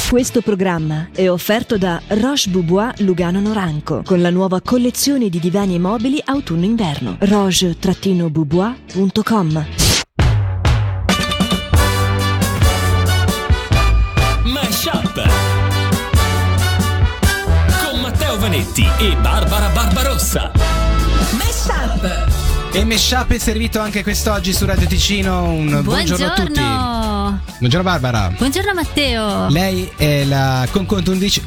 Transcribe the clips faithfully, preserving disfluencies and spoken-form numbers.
Questo programma è offerto da Roche Bobois Lugano Noranco con la nuova collezione di divani e mobili autunno-inverno. roche bobois punto com. Mashup con Matteo Vanetti e Barbara Barbarossa. Mashup. E Mashup è servito anche quest'oggi su Radio Ticino. Un buongiorno, buongiorno a tutti. Buongiorno Barbara. Buongiorno Matteo. Lei è la co-conduttrice,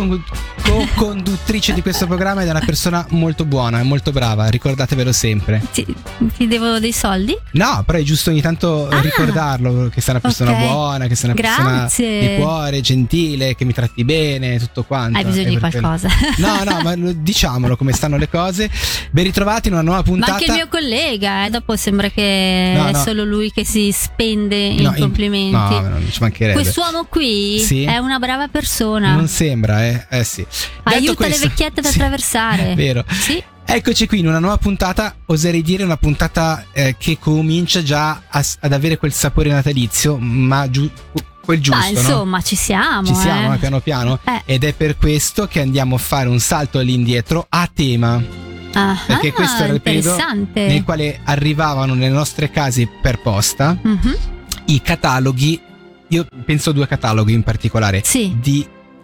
co-conduttrice di questo programma ed è una persona molto buona e molto brava, ricordatevelo sempre. Ti, ti devo dei soldi? No, però è giusto ogni tanto ah, ricordarlo, che sei una persona okay. buona, che sei una Grazie. persona di cuore, gentile, che mi tratti bene, tutto quanto. Hai bisogno di qualcosa? No, no, ma diciamolo come stanno le cose. Ben ritrovati in una nuova puntata. Ma anche il mio collega, eh, dopo sembra che no, è no. solo lui che si spende in no, complimenti. In, no, non ci mancherebbe. Quest'uomo qui sì? è una brava persona. Non sembra, eh? Eh sì. Aiuta questo, le vecchiette per sì, attraversare. Vero. Sì. Eccoci qui in una nuova puntata, oserei dire una puntata eh, che comincia già a, ad avere quel sapore natalizio, ma giu, quel giusto, ah, insomma, no? ci siamo. Ci siamo, eh. piano piano. Eh. Ed è per questo che andiamo a fare un salto all'indietro a tema. Ah, perché questo era il periodo nel quale arrivavano nelle nostre case per posta mm-hmm. i cataloghi. Io penso a due cataloghi in particolare, sì. di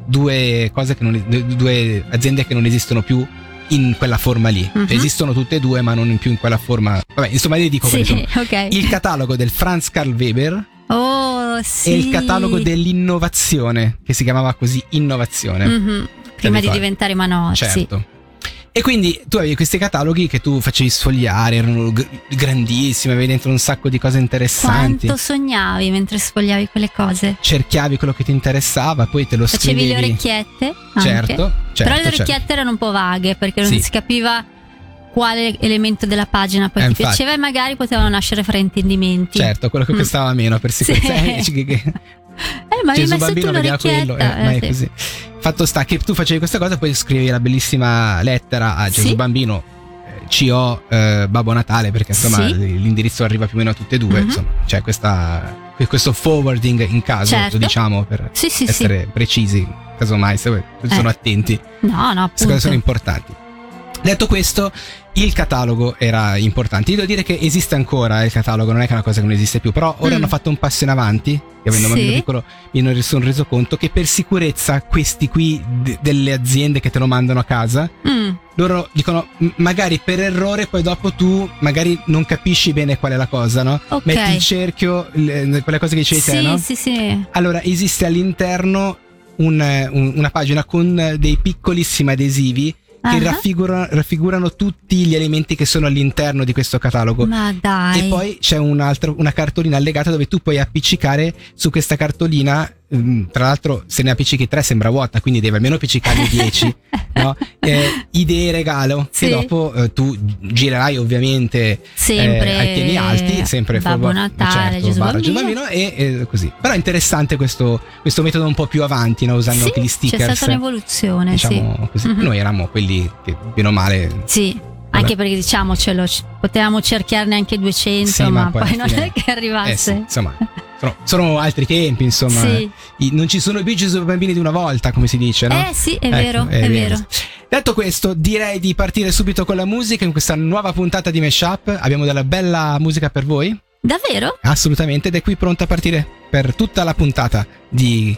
due cose che non, due aziende che non esistono più in quella forma lì. Mm-hmm. Cioè, esistono tutte e due, ma non in più in quella forma. Vabbè, insomma, io dico sì, sono okay. il catalogo del Franz Karl Weber. Oh, sì. E il catalogo dell'innovazione, che si chiamava così Innovazione. Mm-hmm. Prima di diventare Manozzi. Certo. E quindi tu avevi questi cataloghi che tu facevi sfogliare, erano g- grandissimi, avevi dentro un sacco di cose interessanti. Quanto sognavi mentre sfogliavi quelle cose? Cerchiavi quello che ti interessava, poi te lo Facevi scrivevi. Facevi le orecchiette anche. Certo, certo. Però le orecchiette certo. erano un po' vaghe perché non sì. si capiva quale elemento della pagina poi eh, ti infatti. piaceva e magari potevano nascere fraintendimenti. Certo, quello che mm. costava meno per sicurezza. Sì. Che... Eh, ma Gesù hai messo bambino tu vedeva quello, eh, eh, ma è sì. così. Fatto sta che tu facevi questa cosa, poi scrivevi la bellissima lettera a Gesù sì. bambino, eh, C O eh, Babbo Natale, perché insomma sì. l'indirizzo arriva più o meno a tutte e due, mm-hmm. insomma, c'è questa, questo forwarding in caso, certo. diciamo, per sì, sì, essere sì. precisi, casomai se sono eh. attenti. No, no, queste cose sono importanti. Detto questo, il catalogo era importante. Io devo dire che esiste ancora il catalogo, non è che è una cosa che non esiste più, però ora mm. hanno fatto un passo in avanti, che avendo un sì. bambino piccolo mi sono reso conto che per sicurezza questi qui d- delle aziende che te lo mandano a casa, mm. loro dicono magari per errore poi dopo tu magari non capisci bene qual è la cosa, no? Okay. Metti il cerchio, le, quelle cose che dicevi sì, te, no? Sì, sì. Allora esiste all'interno un, un, una pagina con dei piccolissimi adesivi che uh-huh. raffigurano, raffigurano tutti gli elementi che sono all'interno di questo catalogo. Ma dai. E poi c'è un altro, una cartolina allegata dove tu puoi appiccicare su questa cartolina. Tra l'altro se ne appiccichi tre sembra vuota, quindi devi almeno appiccicarne dieci, no? eh, idee regalo sì. che dopo eh, tu girerai ovviamente sempre eh, ai piani alti, sempre Babbo Natale, certo, Gesù barra, Bambino, Gesù Bambino e eh, così. Però è interessante questo, questo metodo un po' più avanti, no? Usando sì, anche gli stickers. C'è stata un'evoluzione, diciamo sì. così. Mm-hmm. Noi eravamo quelli che bene o male sì. Anche perché diciamocelo, potevamo cerchiarne anche duecento, sì, ma, ma poi, poi non fine... è che arrivasse. Eh sì, insomma, sono, sono altri tempi, insomma. Sì. I, non ci sono più Gesù bambini di una volta, come si dice, no? Eh sì, è ecco, vero, è, è vero. vero. Detto questo, direi di partire subito con la musica in questa nuova puntata di Mashup. Abbiamo della bella musica per voi. Davvero? Assolutamente, ed è qui pronta a partire per tutta la puntata di...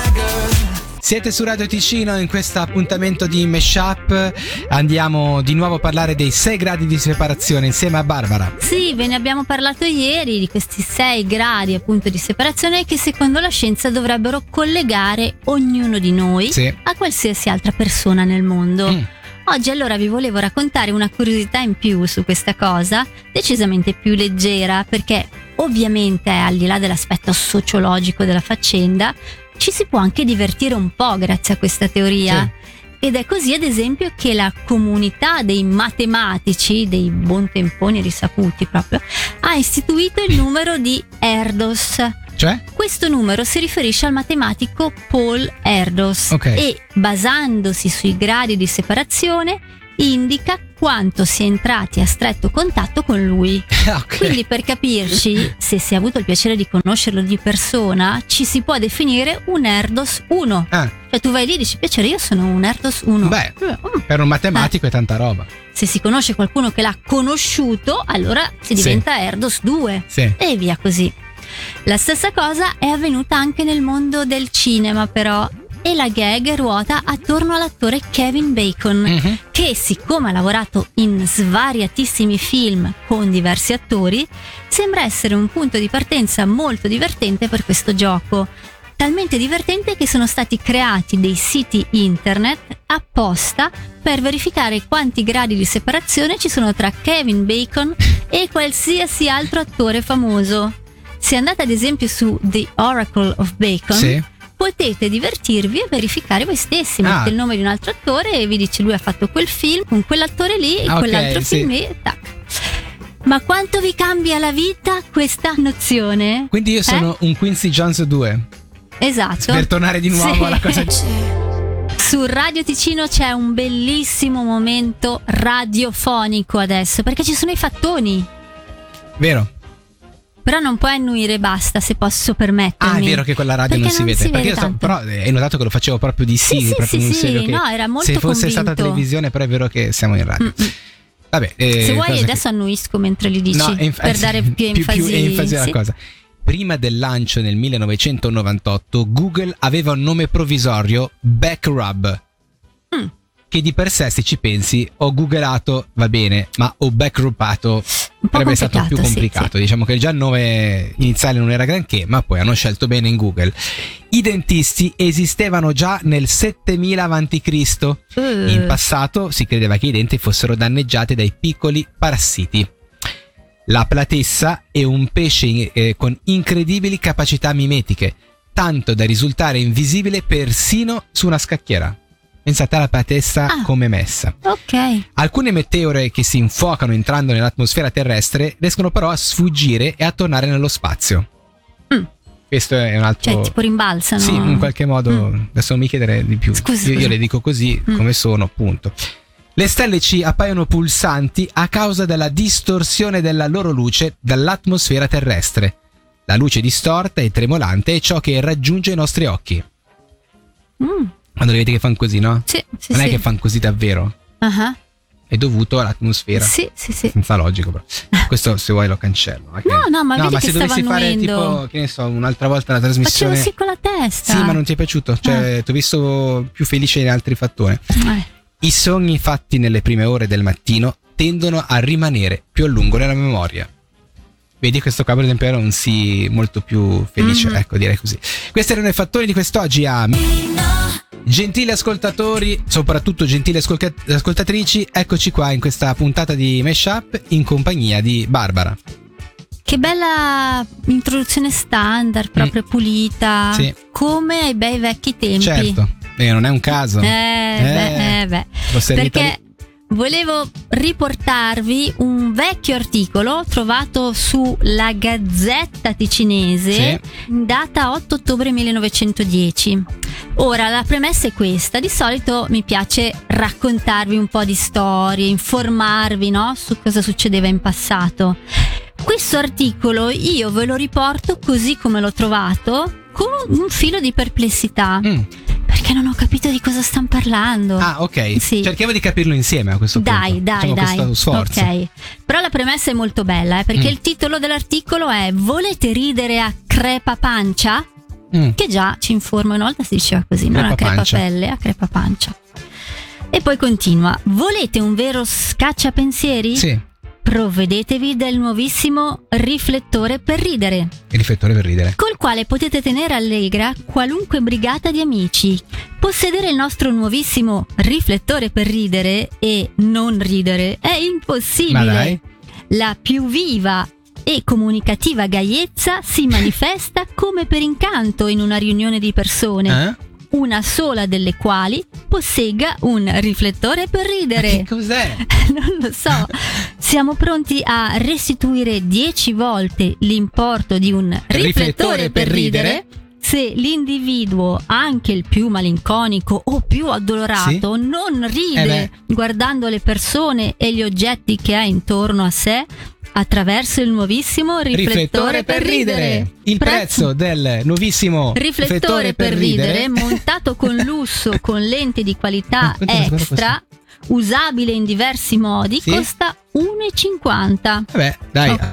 Siete su Radio Ticino in questo appuntamento di Mashup. Andiamo di nuovo a parlare dei sei gradi di separazione insieme a Barbara. Sì, ve ne abbiamo parlato ieri di questi sei gradi appunto di separazione che secondo la scienza dovrebbero collegare ognuno di noi sì. a qualsiasi altra persona nel mondo. Mm. Oggi allora vi volevo raccontare una curiosità in più su questa cosa, decisamente più leggera, perché ovviamente al di là dell'aspetto sociologico della faccenda ci si può anche divertire un po' grazie a questa teoria. Sì. Ed è così ad esempio che la comunità dei matematici, dei buontemponi risaputi proprio, ha istituito il numero di Erdos. Cioè? Questo numero si riferisce al matematico Paul Erdos, okay. e basandosi sui gradi di separazione indica quanto si è entrati a stretto contatto con lui. Ok. Quindi, per capirci, se si è avuto il piacere di conoscerlo di persona, ci si può definire un Erdos uno. Ah, Cioè tu vai lì e dici: piacere, io sono un Erdos uno. beh, Mm. per un matematico è tanta roba. Se si conosce qualcuno che l'ha conosciuto, allora si Sì. diventa Erdos due. Sì. E via così. La stessa cosa è avvenuta anche nel mondo del cinema, però, e la gag ruota attorno all'attore Kevin Bacon, Mhm. che, siccome ha lavorato in svariatissimi film con diversi attori, sembra essere un punto di partenza molto divertente per questo gioco. Talmente divertente che sono stati creati dei siti internet apposta per verificare quanti gradi di separazione ci sono tra Kevin Bacon e qualsiasi altro attore famoso. Se andate ad esempio su The Oracle of Bacon, Sì. potete divertirvi e verificare voi stessi. Ah. Mettete il nome di un altro attore e vi dice: lui ha fatto quel film con quell'attore lì e Ah, ok, quell'altro sì. film lì, tac. Ma quanto vi cambia la vita questa nozione? Quindi io sono un Quincy Jones due. Esatto. Per tornare di nuovo Sì. alla cosa. Su Radio Ticino c'è un bellissimo momento radiofonico adesso, perché ci sono i fattoni. Vero? Però non puoi annuire, basta, se posso permettermi. Ah, è vero che quella radio Perché non si non vede. si Perché vede io so- tanto. però hai notato che lo facevo proprio di sì, Sì, sì, proprio sì, un sì, serio che no, era molto se fosse convinto. stata televisione, però è vero che siamo in radio. Mm-mm. Vabbè, eh, Se vuoi cosa adesso che- annuisco mentre li dici, No, inf- per dare più enfasi. più enfasi alla sì. cosa. Prima del lancio nel millenovecentonovantotto, Google aveva un nome provvisorio, Backrub, Mm. che di per sé, se ci pensi, ho googlato, va bene, ma ho backrubbato Un po' sarebbe stato più complicato, sì, complicato. Diciamo che già il nome iniziale non era granché, ma poi hanno scelto bene in Google. I dentisti esistevano già nel settemila avanti Cristo. Eh. In passato si credeva che i denti fossero danneggiati dai piccoli parassiti. La platessa è un pesce eh, con incredibili capacità mimetiche, tanto da risultare invisibile persino su una scacchiera. Pensate alla platessa Ah. come messa. Ok. Alcune meteore che si infuocano entrando nell'atmosfera terrestre riescono però a sfuggire e a tornare nello spazio. Mm. Questo è un altro... Cioè, tipo rimbalzano. Sì, in qualche modo, Mm. adesso non mi chiedere di più. Scusa, io, io scusa. le dico così Mm. come sono, punto. Le stelle ci appaiono pulsanti a causa della distorsione della loro luce dall'atmosfera terrestre. La luce distorta e tremolante è ciò che raggiunge i nostri occhi. Mm. Quando le vedi che fanno così, no? Sì, sì, non è sì. che fanno così davvero, Ah, è dovuto all'atmosfera. sì, sì, sì. Senza logico, però. Questo se vuoi lo cancello. ok? No, no, ma vedi che se stava dovessi fare annuendo. tipo, che ne so, un'altra volta la Facevo trasmissione. sì con la testa. Sì, ma non ti è piaciuto? Cioè, ti ho visto più felice in altri fattori. Eh. I sogni fatti nelle prime ore del mattino tendono a rimanere più a lungo nella memoria. Vedi, questo qua per esempio era un sì molto più felice, Mhm. ecco, direi così. Questi erano i fattori di quest'oggi a... Gentili ascoltatori, soprattutto gentili ascolca- ascoltatrici, eccoci qua in questa puntata di Mashup in compagnia di Barbara. Che bella introduzione standard, proprio pulita. Mm. Sì. Come ai bei vecchi tempi. Certo, eh, non è un caso. Eh, beh, eh, beh. l'ho servita Perché volevo riportarvi un vecchio articolo trovato sulla Gazzetta Ticinese, data otto ottobre millenovecentodieci. Ora, la premessa è questa: di solito mi piace raccontarvi un po' di storie, informarvi, no, su cosa succedeva in passato. Questo articolo io ve lo riporto così come l'ho trovato, con un filo di perplessità, Mm. perché non ho capito di cosa stanno parlando. Ah, ok. Sì. Cerchiamo di capirlo insieme a questo Dai, punto. dai, Facciamo dai. questo sforzo. Ok. Però la premessa è molto bella, eh, perché Mm. il titolo dell'articolo è: volete ridere a crepa pancia? Mm. Che già ci informa, una volta si diceva così, non a Crepapancia. crepapelle, a crepapancia. E poi continua: volete un vero scacciapensieri? Sì, Provvedetevi del nuovissimo riflettore per ridere, il riflettore per ridere. col quale potete tenere allegra qualunque brigata di amici. Possedere il nostro nuovissimo riflettore per ridere e non ridere è impossibile. Ma dai. La più viva e comunicativa gaiezza si manifesta come per incanto in una riunione di persone, Eh? una sola delle quali possegga un riflettore per Ma ridere. che cos'è? Non lo so. Siamo pronti a restituire dieci volte l'importo di un riflettore, per ridere, se l'individuo, anche il più malinconico o più addolorato, sì? non ride eh guardando le persone e gli oggetti che ha intorno a sé attraverso il nuovissimo riflettore, riflettore per ridere. ridere. Il prezzo, prezzo del nuovissimo riflettore, riflettore per, per ridere, ridere, montato con lusso, con lenti di qualità extra, usabile in diversi modi, sì? Costa uno e cinquanta. Vabbè, dai. Oh.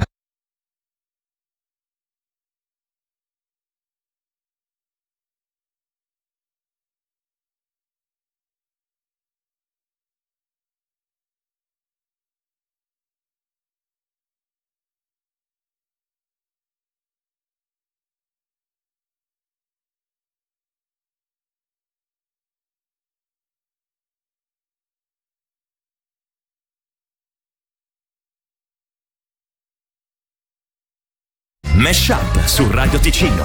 Mashup su Radio Ticino.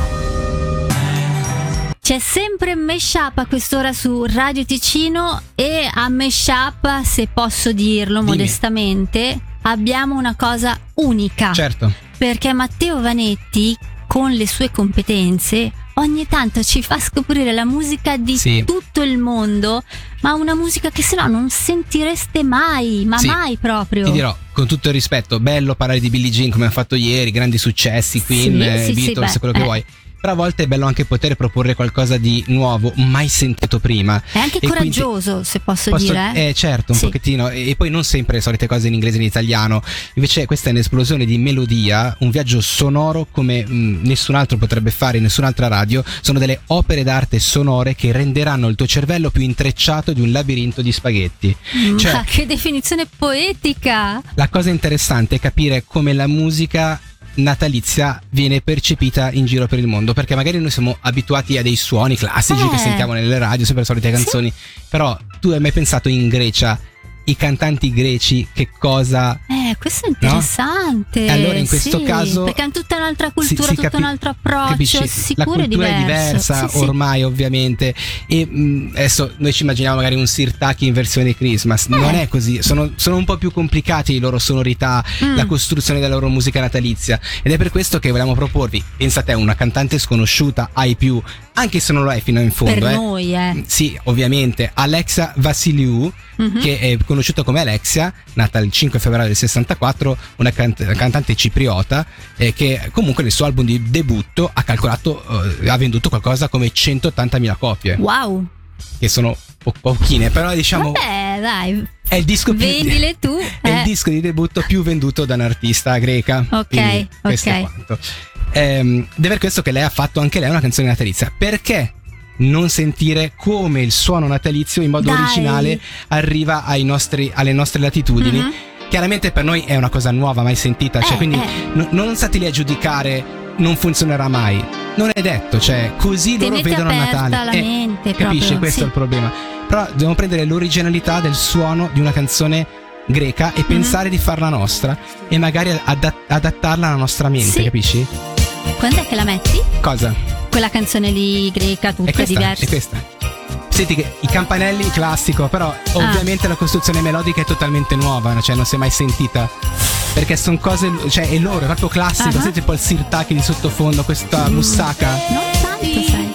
C'è sempre Mashup a quest'ora su Radio Ticino e a Mashup, se posso dirlo Dimmi. modestamente, abbiamo una cosa unica. Certo. Perché Matteo Vanetti, con le sue competenze, ogni tanto ci fa scoprire la musica di sì. tutto il mondo, ma una musica che se no non sentireste mai, ma sì. mai proprio. Ti dirò, con tutto il rispetto, bello parlare di Billie Jean come ha fatto ieri, grandi successi, Queen, sì, eh, sì, Beatles, sì, quello che eh. vuoi. Però a volte è bello anche poter proporre qualcosa di nuovo, mai sentito prima. È anche e coraggioso, quindi, se posso, posso dire. Eh, certo, un sì. pochettino. E poi non sempre le solite cose in inglese e in italiano. Invece questa è un'esplosione di melodia, un viaggio sonoro come mh, nessun altro potrebbe fare in nessun'altra radio. Sono delle opere d'arte sonore che renderanno il tuo cervello più intrecciato di un labirinto di spaghetti. Cioè, ma che definizione poetica! La cosa interessante è capire come la musica natalizia viene percepita in giro per il mondo, perché magari noi siamo abituati a dei suoni classici eh. che sentiamo nelle radio, sempre le solite canzoni, sì. Però tu hai mai pensato in Grecia, i cantanti greci, che cosa... Eh, questo è interessante. No? E allora in questo sì, caso... perché hanno tutta un'altra cultura, si, si tutto capi- un altro approccio, capisci? sicuro la cultura è, è diversa sì, ormai, sì. ovviamente. E mh, adesso noi ci immaginiamo magari un Sirtaki in versione Christmas, eh. non è così, sono, sono un po' più complicati le loro sonorità, mm. la costruzione della loro musica natalizia, ed è per questo che vogliamo proporvi, pensa a te, una cantante sconosciuta ai più, anche se non lo è fino in fondo, per eh. noi, eh. Sì, ovviamente, Alexa Vassiliou, mm-hmm. che è conosciuta come Alexia, nata il cinque febbraio del sessantaquattro, una cant- cantante cipriota, eh, che comunque nel suo album di debutto ha calcolato, eh, ha venduto qualcosa come centottantamila copie. Wow! Che sono po- pochine, però diciamo... Vabbè, dai. È il disco più... Vendile tu. È eh. il disco di debutto più venduto da un'artista greca. Ok, Quindi, questo ok. è quanto. Ehm, ed è per questo che lei ha fatto anche lei una canzone natalizia. Perché non sentire come il suono natalizio in modo Dai. originale arriva ai nostri, alle nostre latitudini? Mm-hmm. Chiaramente per noi è una cosa nuova, mai sentita, cioè eh, quindi eh. n- non state lì a giudicare, non funzionerà mai. Non è detto, cioè così loro Tenete vedono aperta Natale. la Eh, mente, capisci? proprio, Questo sì. è il problema. Però dobbiamo prendere l'originalità del suono di una canzone greca e mm-hmm. pensare di farla nostra e magari adat- adattarla alla nostra mente, sì. capisci? Quando è che la metti? Cosa? Quella canzone lì greca, tutta è questa, diversa. È questa. Senti che i campanelli classico, però ah. ovviamente la costruzione melodica è totalmente nuova, cioè non si è mai sentita. Perché sono cose, cioè è loro, è proprio classico, uh-huh. senti un po' il Sirtaki di sottofondo, questa mm. moussaka. Non tanto, sai.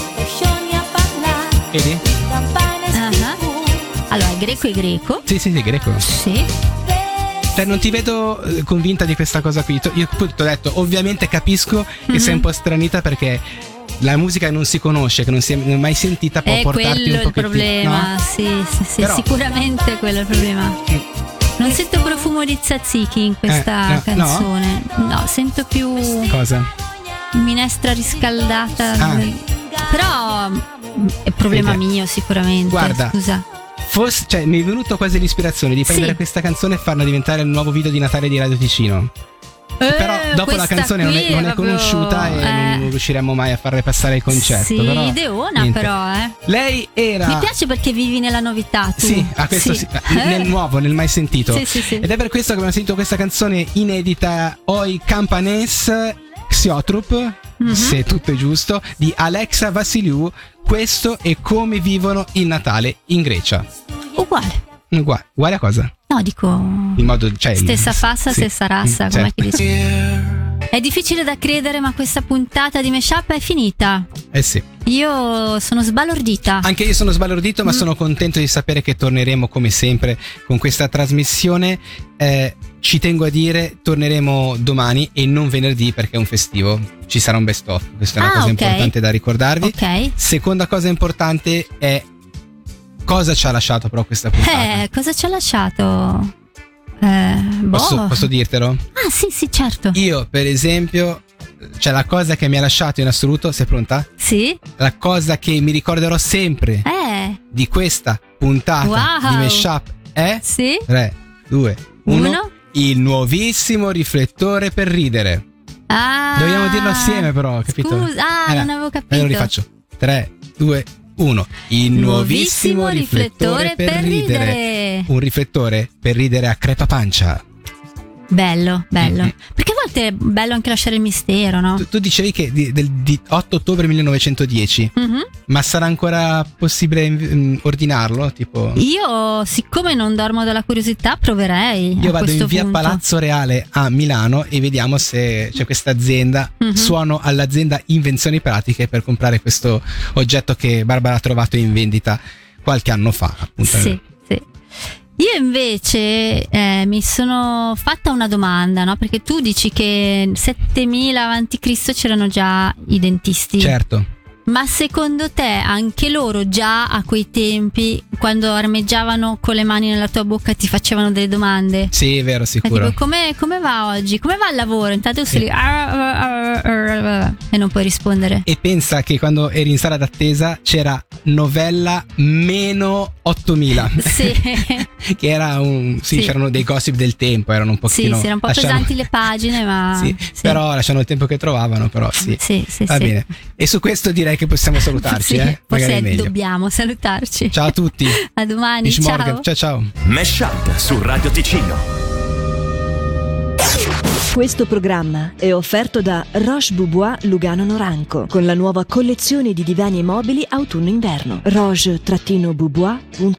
Vedi? Uh-huh. Allora, è greco e greco. Sì, sì, sì, greco. Sì. Cioè non ti vedo convinta di questa cosa qui. Io poi ti ho detto, ovviamente capisco che mm-hmm. sei un po' stranita perché la musica non si conosce, che non si è mai sentita, può è portarti un po' quello il problema, no? sì, sì, sì, Però... sicuramente quello è il problema. Non sento profumo di tzatziki in questa eh, no, canzone. No? no, sento più cosa? Minestra riscaldata. Ah. Però è problema Senti, mio sicuramente. Guarda, scusa. Forse, cioè, mi è venuto quasi l'ispirazione di prendere sì. questa canzone e farla diventare il nuovo video di Natale di Radio Ticino. Eh, però dopo la canzone non è, non è proprio, conosciuta e eh. non riusciremo mai a farle passare il concetto. Sì, però, ideona niente. però, eh. Lei era... Mi piace perché vivi nella novità, tu. Sì, a questo sì. sì, nel nuovo, nel mai sentito. Sì, sì, sì. Ed è per questo che abbiamo sentito questa canzone inedita, Oi Campanes Xiotrup, mm-hmm. se tutto è giusto, di Alexa Vassiliou. Questo è come vivono il Natale in Grecia. Uguale. Uguale, uguale a cosa? No, dico in modo, cioè, stessa fassa, sì, stessa razza, certo. com'è che dici? È difficile da credere, ma questa puntata di Meshup è finita. Eh sì. Io sono sbalordita. Anche io sono sbalordito, ma mm. sono contento di sapere che torneremo come sempre con questa trasmissione. Eh, ci tengo a dire, torneremo domani e non venerdì perché è un festivo. Ci sarà un best of. Questa è una ah, cosa okay. importante da ricordarvi. Ok. Seconda cosa importante è cosa ci ha lasciato però questa puntata. Eh, cosa ci ha lasciato? Eh, boh. posso, posso dirtelo? Ah sì sì certo. Io per esempio, cioè la cosa che mi ha lasciato in assoluto, sei pronta? Sì. La cosa che mi ricorderò sempre eh. di questa puntata wow. di Meshup è sì. tre, due, uno, uno. Il nuovissimo riflettore per ridere. Ah. Dobbiamo dirlo assieme però, capito? Scusa, ah eh, non avevo capito. Allora lo rifaccio. tre, due, uno. Il nuovissimo, nuovissimo riflettore, riflettore per, per ridere. ridere. Un riflettore per ridere a crepapancia. Bello, bello. Mm-hmm. Perché a volte è bello anche lasciare il mistero, no? Tu, tu dicevi che di, del di otto ottobre millenovecentodieci, mm-hmm. ma sarà ancora possibile um, ordinarlo? Tipo... Io, siccome non dormo dalla curiosità, proverei. Io a vado in via punto. Palazzo Reale a Milano e vediamo se c'è questa azienda. Mm-hmm. Suono all'azienda Invenzioni Pratiche per comprare questo oggetto che Barbara ha trovato in vendita qualche anno fa, appunto. Sì, sì. Io invece eh, mi sono fatta una domanda, no? Perché tu dici che settemila avanti Cristo c'erano già i dentisti. Certo. Ma secondo te anche loro già a quei tempi, quando armeggiavano con le mani nella tua bocca, ti facevano delle domande? Sì, è vero, sicuro. Tipo, come, come va oggi? Come va il lavoro? Intanto sì. Lì e non puoi rispondere. E pensa che quando eri in sala d'attesa c'era novella meno ottomila. Sì. Che era un sì, sì, c'erano dei gossip del tempo, erano un pochino. Sì, sì, erano un po' lasciano... pesanti le pagine, ma sì, sì, però lasciano il tempo che trovavano, però sì. Sì, sì, va sì. bene. E su questo direi che possiamo salutarci, sì, eh? Forse dobbiamo salutarci. Ciao a tutti. A domani, Ish ciao. Morgan. Ciao ciao. Meshup su Radio Ticino. Questo programma è offerto da Roche Bobois Lugano Noranco con la nuova collezione di divani e mobili autunno-inverno. roche-bobois punto